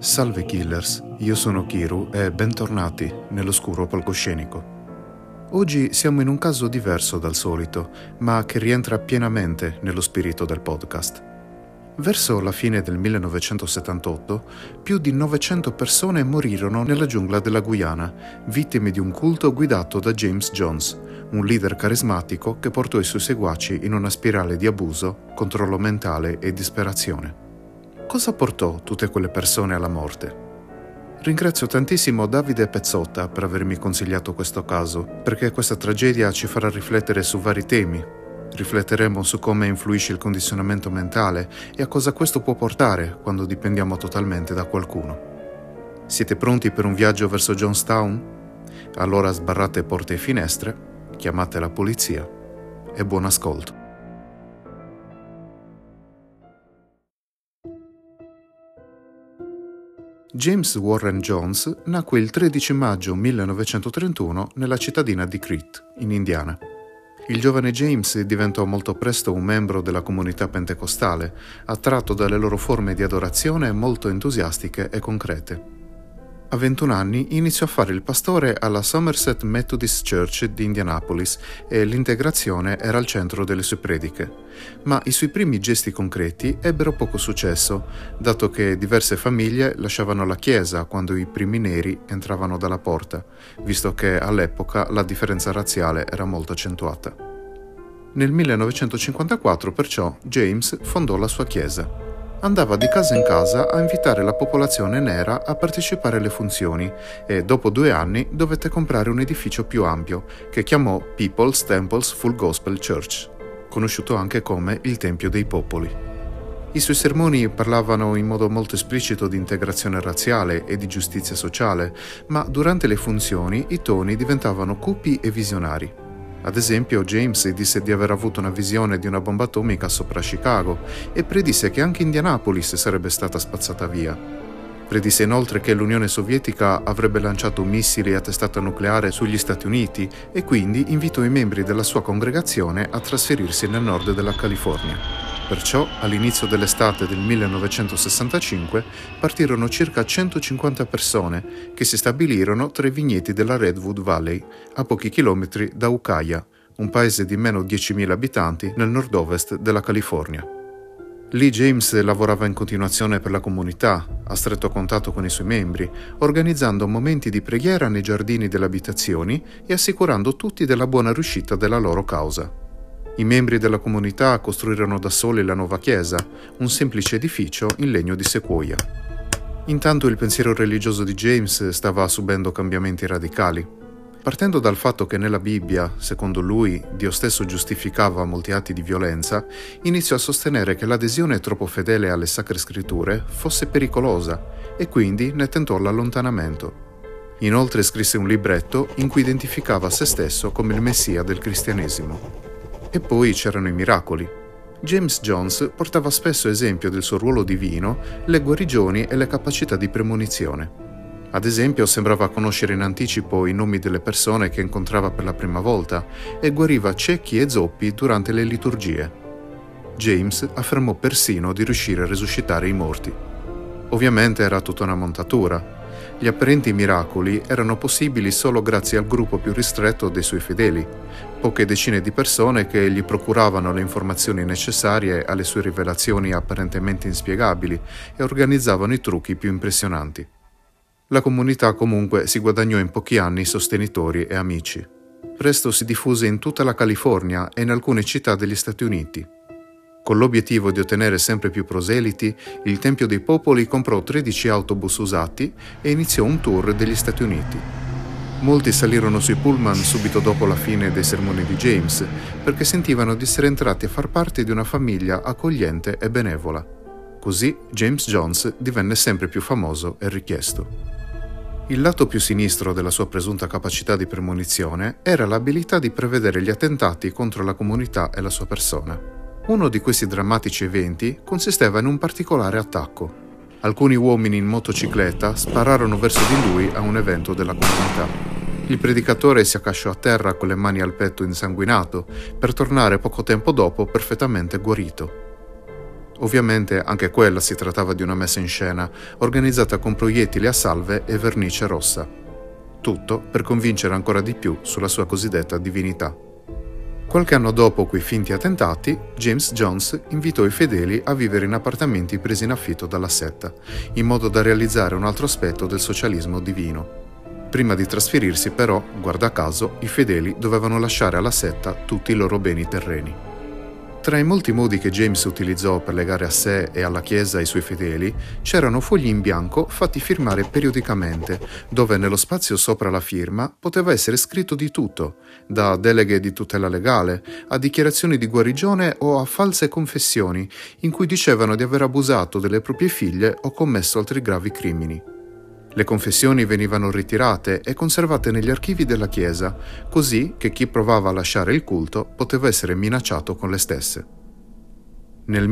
Salve killers, io sono Kiru e bentornati nell'oscuro palcoscenico. Oggi siamo in un caso diverso dal solito, ma che rientra pienamente nello spirito del podcast. Verso la fine del 1978, più di 900 persone morirono nella giungla della Guyana, vittime di un culto guidato da James Jones, un leader carismatico che portò i suoi seguaci in una spirale di abuso, controllo mentale e disperazione. Cosa portò tutte quelle persone alla morte? Ringrazio tantissimo Davide Pezzotta per avermi consigliato questo caso, perché questa tragedia ci farà riflettere su vari temi. Rifletteremo su come influisce il condizionamento mentale e a cosa questo può portare quando dipendiamo totalmente da qualcuno. Siete pronti per un viaggio verso Jonestown? Allora sbarrate porte e finestre, chiamate la polizia e buon ascolto. James Warren Jones nacque il 13 maggio 1931 nella cittadina di Crete, in Indiana. Il giovane James diventò molto presto un membro della comunità pentecostale, attratto dalle loro forme di adorazione molto entusiastiche e concrete. A 21 anni iniziò a fare il pastore alla Somerset Methodist Church di Indianapolis e l'integrazione era al centro delle sue prediche. Ma i suoi primi gesti concreti ebbero poco successo, dato che diverse famiglie lasciavano la chiesa quando i primi neri entravano dalla porta, visto che all'epoca la differenza razziale era molto accentuata. Nel 1954, perciò, James fondò la sua chiesa. Andava di casa in casa a invitare la popolazione nera a partecipare alle funzioni e dopo 2 anni dovette comprare un edificio più ampio che chiamò People's Temple's Full Gospel Church, conosciuto anche come il Tempio dei Popoli. I suoi sermoni parlavano in modo molto esplicito di integrazione razziale e di giustizia sociale, ma durante le funzioni i toni diventavano cupi e visionari. Ad esempio, James disse di aver avuto una visione di una bomba atomica sopra Chicago e predisse che anche Indianapolis sarebbe stata spazzata via. Predisse inoltre che l'Unione Sovietica avrebbe lanciato missili a testata nucleare sugli Stati Uniti e quindi invitò i membri della sua congregazione a trasferirsi nel nord della California. Perciò, all'inizio dell'estate del 1965, partirono circa 150 persone che si stabilirono tra i vigneti della Redwood Valley, a pochi chilometri da Ukiah, un paese di meno 10.000 abitanti nel nord-ovest della California. Lì James lavorava in continuazione per la comunità, a stretto contatto con i suoi membri, organizzando momenti di preghiera nei giardini delle abitazioni e assicurando tutti della buona riuscita della loro causa. I membri della comunità costruirono da soli la nuova chiesa, un semplice edificio in legno di sequoia. Intanto il pensiero religioso di James stava subendo cambiamenti radicali. Partendo dal fatto che nella Bibbia, secondo lui, Dio stesso giustificava molti atti di violenza, iniziò a sostenere che l'adesione troppo fedele alle sacre scritture fosse pericolosa e quindi ne tentò l'allontanamento. Inoltre scrisse un libretto in cui identificava se stesso come il messia del cristianesimo. E poi c'erano i miracoli. James Jones portava spesso esempio del suo ruolo divino, le guarigioni e le capacità di premonizione. Ad esempio, sembrava conoscere in anticipo i nomi delle persone che incontrava per la prima volta e guariva ciechi e zoppi durante le liturgie. James affermò persino di riuscire a resuscitare i morti. Ovviamente era tutta una montatura. Gli apparenti miracoli erano possibili solo grazie al gruppo più ristretto dei suoi fedeli, poche decine di persone che gli procuravano le informazioni necessarie alle sue rivelazioni apparentemente inspiegabili e organizzavano i trucchi più impressionanti. La comunità comunque si guadagnò in pochi anni sostenitori e amici. Presto si diffuse in tutta la California e in alcune città degli Stati Uniti. Con l'obiettivo di ottenere sempre più proseliti, il Tempio dei Popoli comprò 13 autobus usati e iniziò un tour degli Stati Uniti. Molti salirono sui pullman subito dopo la fine dei sermoni di James, perché sentivano di essere entrati a far parte di una famiglia accogliente e benevola. Così James Jones divenne sempre più famoso e richiesto. Il lato più sinistro della sua presunta capacità di premonizione era l'abilità di prevedere gli attentati contro la comunità e la sua persona. Uno di questi drammatici eventi consisteva in un particolare attacco. Alcuni uomini in motocicletta spararono verso di lui a un evento della comunità. Il predicatore si accasciò a terra con le mani al petto insanguinato, per tornare poco tempo dopo perfettamente guarito. Ovviamente anche quella si trattava di una messa in scena, organizzata con proiettili a salve e vernice rossa. Tutto per convincere ancora di più sulla sua cosiddetta divinità. Qualche anno dopo quei finti attentati, James Jones invitò i fedeli a vivere in appartamenti presi in affitto dalla setta, in modo da realizzare un altro aspetto del socialismo divino. Prima di trasferirsi, però, guarda caso, i fedeli dovevano lasciare alla setta tutti i loro beni terreni. Tra i molti modi che James utilizzò per legare a sé e alla Chiesa i suoi fedeli, c'erano fogli in bianco fatti firmare periodicamente, dove nello spazio sopra la firma poteva essere scritto di tutto, da deleghe di tutela legale, a dichiarazioni di guarigione o a false confessioni, in cui dicevano di aver abusato delle proprie figlie o commesso altri gravi crimini. Le confessioni venivano ritirate e conservate negli archivi della Chiesa, così che chi provava a lasciare il culto poteva essere minacciato con le stesse. Nel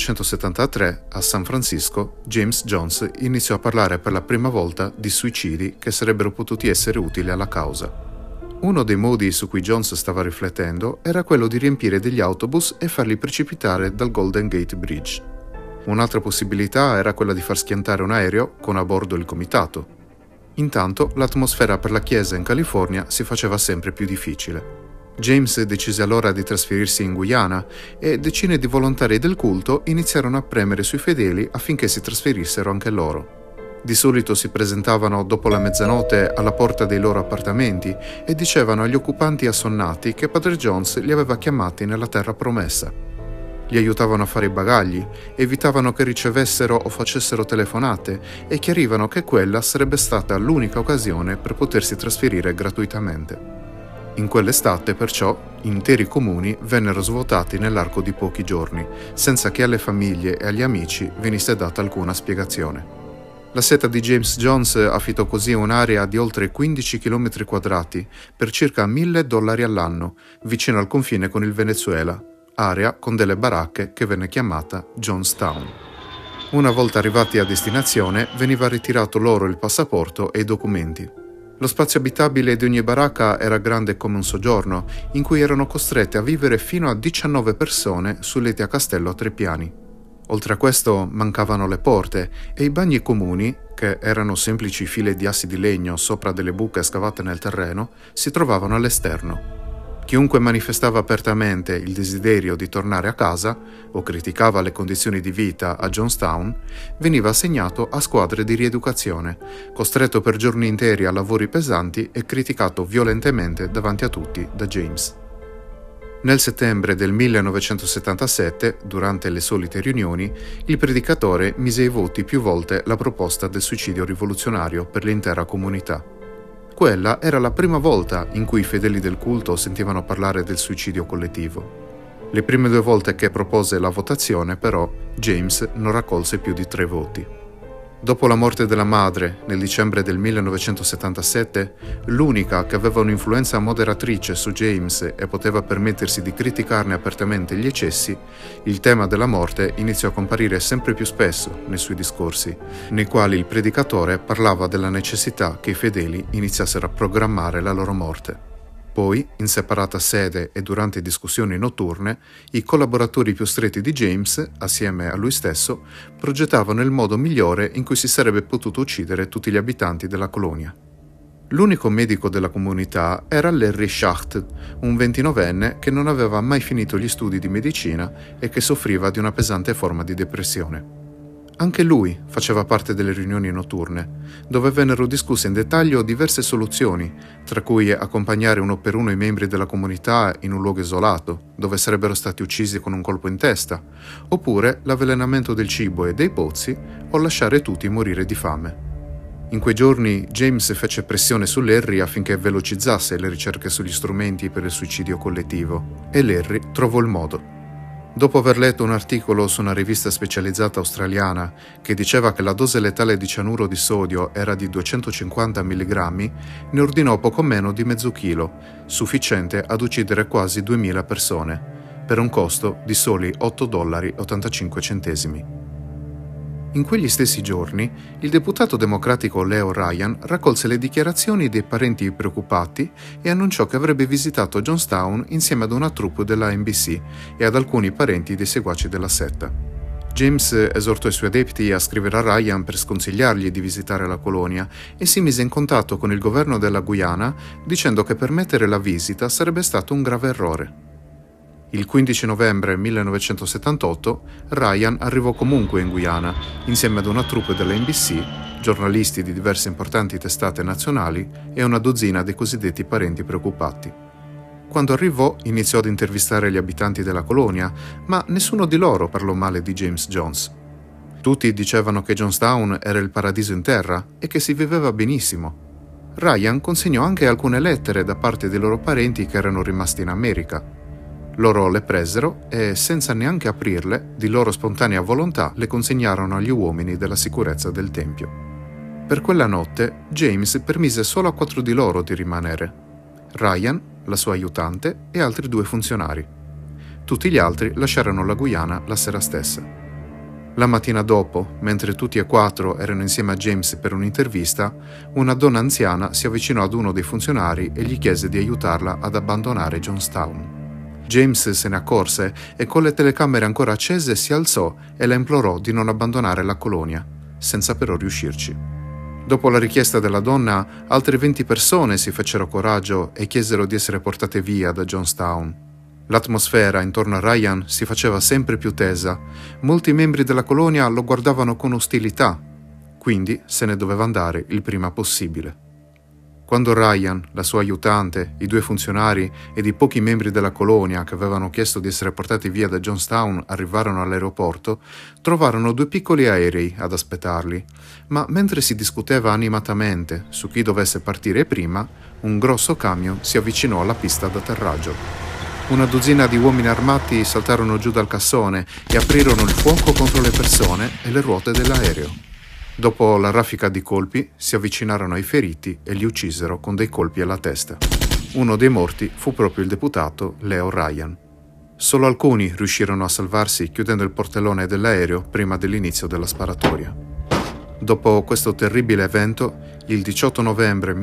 1973, a San Francisco, James Jones iniziò a parlare per la prima volta di suicidi che sarebbero potuti essere utili alla causa. Uno dei modi su cui Jones stava riflettendo era quello di riempire degli autobus e farli precipitare dal Golden Gate Bridge. Un'altra possibilità era quella di far schiantare un aereo con a bordo il comitato. Intanto l'atmosfera per la Chiesa in California si faceva sempre più difficile. James decise allora di trasferirsi in Guyana e decine di volontari del culto iniziarono a premere sui fedeli affinché si trasferissero anche loro. Di solito si presentavano dopo la mezzanotte alla porta dei loro appartamenti e dicevano agli occupanti assonnati che padre Jones li aveva chiamati nella terra promessa. Li aiutavano a fare i bagagli, evitavano che ricevessero o facessero telefonate e chiarivano che quella sarebbe stata l'unica occasione per potersi trasferire gratuitamente. In quell'estate, perciò, interi comuni vennero svuotati nell'arco di pochi giorni, senza che alle famiglie e agli amici venisse data alcuna spiegazione. La setta di James Jones affittò così un'area di oltre 15 km quadrati per circa $1.000 all'anno, vicino al confine con il Venezuela, area con delle baracche che venne chiamata Jonestown. Una volta arrivati a destinazione, veniva ritirato loro il passaporto e i documenti. Lo spazio abitabile di ogni baracca era grande come un soggiorno, in cui erano costrette a vivere fino a 19 persone su letti a castello a 3 piani. Oltre a questo mancavano le porte e i bagni comuni, che erano semplici file di assi di legno sopra delle buche scavate nel terreno, si trovavano all'esterno. Chiunque manifestava apertamente il desiderio di tornare a casa o criticava le condizioni di vita a Jonestown veniva assegnato a squadre di rieducazione, costretto per giorni interi a lavori pesanti e criticato violentemente davanti a tutti da James. Nel settembre del 1977, durante le solite riunioni, il predicatore mise ai voti più volte la proposta del suicidio rivoluzionario per l'intera comunità. Quella era la prima volta in cui i fedeli del culto sentivano parlare del suicidio collettivo. Le prime 2 volte che propose la votazione, però, James non raccolse più di 3 voti. Dopo la morte della madre, nel dicembre del 1977, l'unica che aveva un'influenza moderatrice su James e poteva permettersi di criticarne apertamente gli eccessi, il tema della morte iniziò a comparire sempre più spesso nei suoi discorsi, nei quali il predicatore parlava della necessità che i fedeli iniziassero a programmare la loro morte. Poi, in separata sede e durante discussioni notturne, i collaboratori più stretti di James, assieme a lui stesso, progettavano il modo migliore in cui si sarebbe potuto uccidere tutti gli abitanti della colonia. L'unico medico della comunità era Larry Schacht, un 29enne che non aveva mai finito gli studi di medicina e che soffriva di una pesante forma di depressione. Anche lui faceva parte delle riunioni notturne, dove vennero discusse in dettaglio diverse soluzioni, tra cui accompagnare uno per uno i membri della comunità in un luogo isolato, dove sarebbero stati uccisi con un colpo in testa, oppure l'avvelenamento del cibo e dei pozzi, o lasciare tutti morire di fame. In quei giorni James fece pressione su Larry affinché velocizzasse le ricerche sugli strumenti per il suicidio collettivo, e Larry trovò il modo. Dopo aver letto un articolo su una rivista specializzata australiana che diceva che la dose letale di cianuro di sodio era di 250 mg, ne ordinò poco meno di mezzo chilo, sufficiente ad uccidere quasi 2000 persone, per un costo di soli $8,85. In quegli stessi giorni, il deputato democratico Leo Ryan raccolse le dichiarazioni dei parenti preoccupati e annunciò che avrebbe visitato Jonestown insieme ad una troupe della NBC e ad alcuni parenti dei seguaci della setta. James esortò i suoi adepti a scrivere a Ryan per sconsigliargli di visitare la colonia e si mise in contatto con il governo della Guyana dicendo che permettere la visita sarebbe stato un grave errore. Il 15 novembre 1978 Ryan arrivò comunque in Guyana insieme ad una troupe della NBC, giornalisti di diverse importanti testate nazionali e una dozzina dei cosiddetti parenti preoccupati. Quando arrivò iniziò ad intervistare gli abitanti della colonia, ma nessuno di loro parlò male di James Jones. Tutti dicevano che Jonestown era il paradiso in terra e che si viveva benissimo. Ryan consegnò anche alcune lettere da parte dei loro parenti che erano rimasti in America. Loro le presero e, senza neanche aprirle, di loro spontanea volontà le consegnarono agli uomini della sicurezza del tempio. Per quella notte, James permise solo a 4 di loro di rimanere: Ryan, la sua aiutante e altri 2 funzionari. Tutti gli altri lasciarono la Guyana la sera stessa. La mattina dopo, mentre tutti e 4 erano insieme a James per un'intervista, una donna anziana si avvicinò ad uno dei funzionari e gli chiese di aiutarla ad abbandonare Jonestown. James se ne accorse e con le telecamere ancora accese si alzò e la implorò di non abbandonare la colonia, senza però riuscirci. Dopo la richiesta della donna, altre 20 persone si fecero coraggio e chiesero di essere portate via da Jonestown. L'atmosfera intorno a Ryan si faceva sempre più tesa. Molti membri della colonia lo guardavano con ostilità, quindi se ne doveva andare il prima possibile. Quando Ryan, la sua aiutante, i 2 funzionari ed i pochi membri della colonia che avevano chiesto di essere portati via da Jonestown arrivarono all'aeroporto, trovarono 2 piccoli aerei ad aspettarli, ma mentre si discuteva animatamente su chi dovesse partire prima, un grosso camion si avvicinò alla pista d'atterraggio. Una dozzina di uomini armati saltarono giù dal cassone e aprirono il fuoco contro le persone e le ruote dell'aereo. Dopo la raffica di colpi, si avvicinarono ai feriti e li uccisero con dei colpi alla testa. Uno dei morti fu proprio il deputato Leo Ryan. Solo alcuni riuscirono a salvarsi chiudendo il portellone dell'aereo prima dell'inizio della sparatoria. Dopo questo terribile evento, il 18 novembre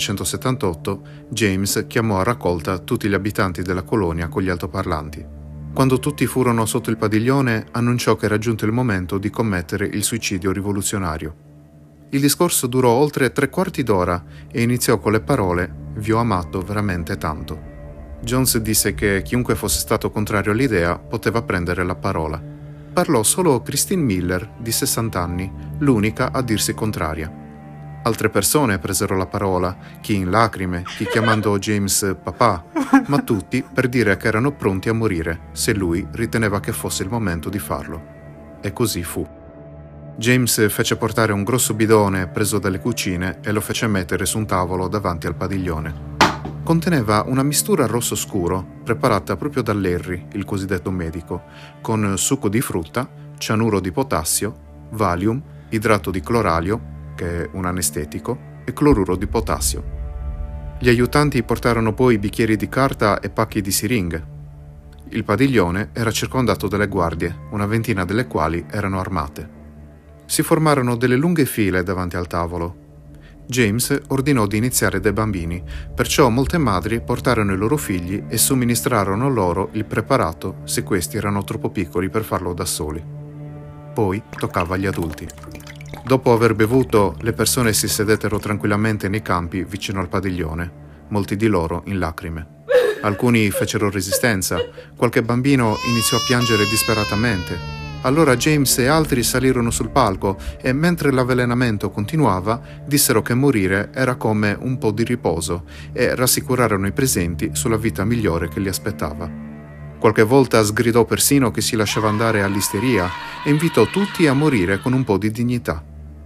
1978, James chiamò a raccolta tutti gli abitanti della colonia con gli altoparlanti. Quando tutti furono sotto il padiglione, annunciò che era giunto il momento di commettere il suicidio rivoluzionario. Il discorso durò oltre 3/4 d'ora e iniziò con le parole «Vi ho amato veramente tanto». Jones disse che chiunque fosse stato contrario all'idea poteva prendere la parola. Parlò solo Christine Miller, di 60 anni, l'unica a dirsi contraria. Altre persone presero la parola, chi in lacrime, chi chiamando James papà, ma tutti per dire che erano pronti a morire se lui riteneva che fosse il momento di farlo. E così fu. James fece portare un grosso bidone preso dalle cucine e lo fece mettere su un tavolo davanti al padiglione. Conteneva una mistura rosso scuro preparata proprio da Larry, il cosiddetto medico, con succo di frutta, cianuro di potassio, Valium, idrato di cloralio, che è un anestetico, e cloruro di potassio. Gli aiutanti portarono poi bicchieri di carta e pacchi di siringhe. Il padiglione era circondato dalle guardie, una ventina delle quali erano armate. Si formarono delle lunghe file davanti al tavolo. James ordinò di iniziare dai bambini, perciò molte madri portarono i loro figli e somministrarono loro il preparato se questi erano troppo piccoli per farlo da soli. Poi toccava agli adulti. Dopo aver bevuto, le persone si sedettero tranquillamente nei campi vicino al padiglione, molti di loro in lacrime. Alcuni fecero resistenza, qualche bambino iniziò a piangere disperatamente. Allora James e altri salirono sul palco e, mentre l'avvelenamento continuava, dissero che morire era come un po' di riposo e rassicurarono i presenti sulla vita migliore che li aspettava. Qualche volta sgridò persino che si lasciava andare all'isteria e invitò tutti a morire con un po' di dignità.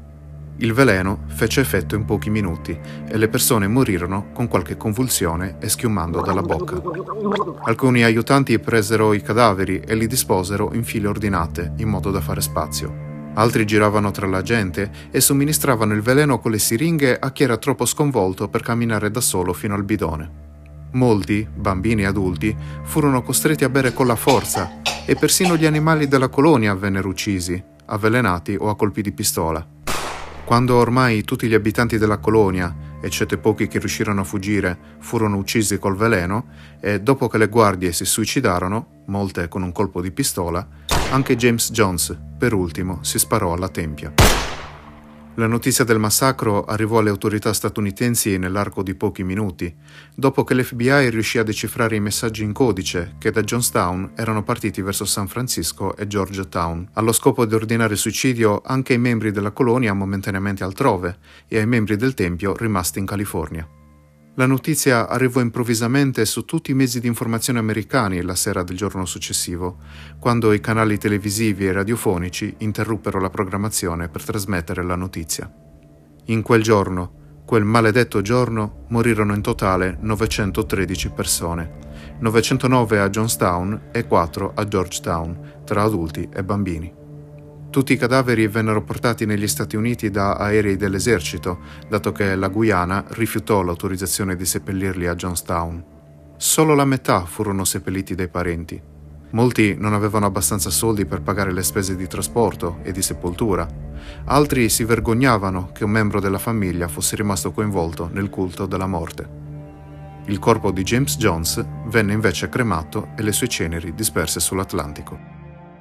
Il veleno fece effetto in pochi minuti e le persone morirono con qualche convulsione e schiumando dalla bocca. Alcuni aiutanti presero i cadaveri e li disposero in file ordinate in modo da fare spazio. Altri giravano tra la gente e somministravano il veleno con le siringhe a chi era troppo sconvolto per camminare da solo fino al bidone. Molti, bambini e adulti, furono costretti a bere con la forza e persino gli animali della colonia vennero uccisi, avvelenati o a colpi di pistola. Quando ormai tutti gli abitanti della colonia, eccetto pochi che riuscirono a fuggire, furono uccisi col veleno e dopo che le guardie si suicidarono, molte con un colpo di pistola, Anche James Jones, per ultimo, si sparò alla tempia. La notizia del massacro arrivò alle autorità statunitensi nell'arco di pochi minuti, dopo che l'FBI riuscì a decifrare i messaggi in codice che da Johnstown erano partiti verso San Francisco e Georgetown, allo scopo di ordinare suicidio anche ai membri della colonia momentaneamente altrove e ai membri del tempio rimasti in California. La notizia arrivò improvvisamente su tutti i mezzi di informazione americani la sera del giorno successivo, quando i canali televisivi e radiofonici interruppero la programmazione per trasmettere la notizia. In quel giorno, quel maledetto giorno, morirono in totale 913 persone, 909 a Johnstown e 4 a Georgetown, tra adulti e bambini. Tutti i cadaveri vennero portati negli Stati Uniti da aerei dell'esercito, dato che la Guyana rifiutò l'autorizzazione di seppellirli a Johnstown. Solo la metà furono seppelliti dai parenti. Molti non avevano abbastanza soldi per pagare le spese di trasporto e di sepoltura. Altri si vergognavano che un membro della famiglia fosse rimasto coinvolto nel culto della morte. Il corpo di James Jones venne invece cremato e le sue ceneri disperse sull'Atlantico.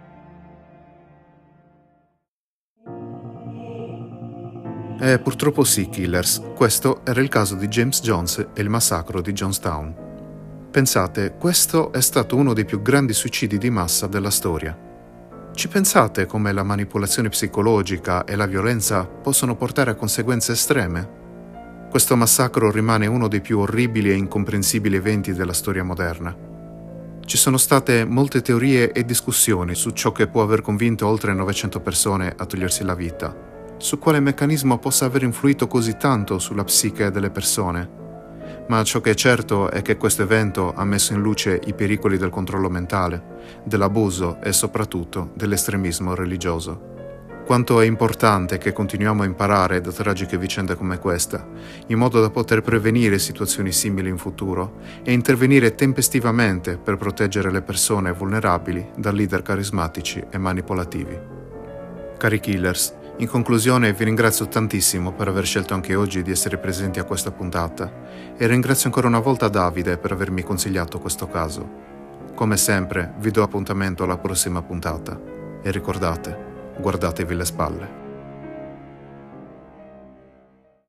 E purtroppo sì, killers, questo era il caso di James Jones e il massacro di Johnstown. Pensate, questo è stato uno dei più grandi suicidi di massa della storia. Ci pensate come la manipolazione psicologica e la violenza possono portare a conseguenze estreme? Questo massacro rimane uno dei più orribili e incomprensibili eventi della storia moderna. Ci sono state molte teorie e discussioni su ciò che può aver convinto oltre 900 persone a togliersi la vita, su quale meccanismo possa aver influito così tanto sulla psiche delle persone. Ma ciò che è certo è che questo evento ha messo in luce i pericoli del controllo mentale, dell'abuso e soprattutto dell'estremismo religioso. Quanto è importante che continuiamo a imparare da tragiche vicende come questa, in modo da poter prevenire situazioni simili in futuro e intervenire tempestivamente per proteggere le persone vulnerabili da leader carismatici e manipolativi. Cari killers, in conclusione vi ringrazio tantissimo per aver scelto anche oggi di essere presenti a questa puntata e ringrazio ancora una volta Davide per avermi consigliato questo caso. Come sempre vi do appuntamento alla prossima puntata e ricordate, guardatevi le spalle.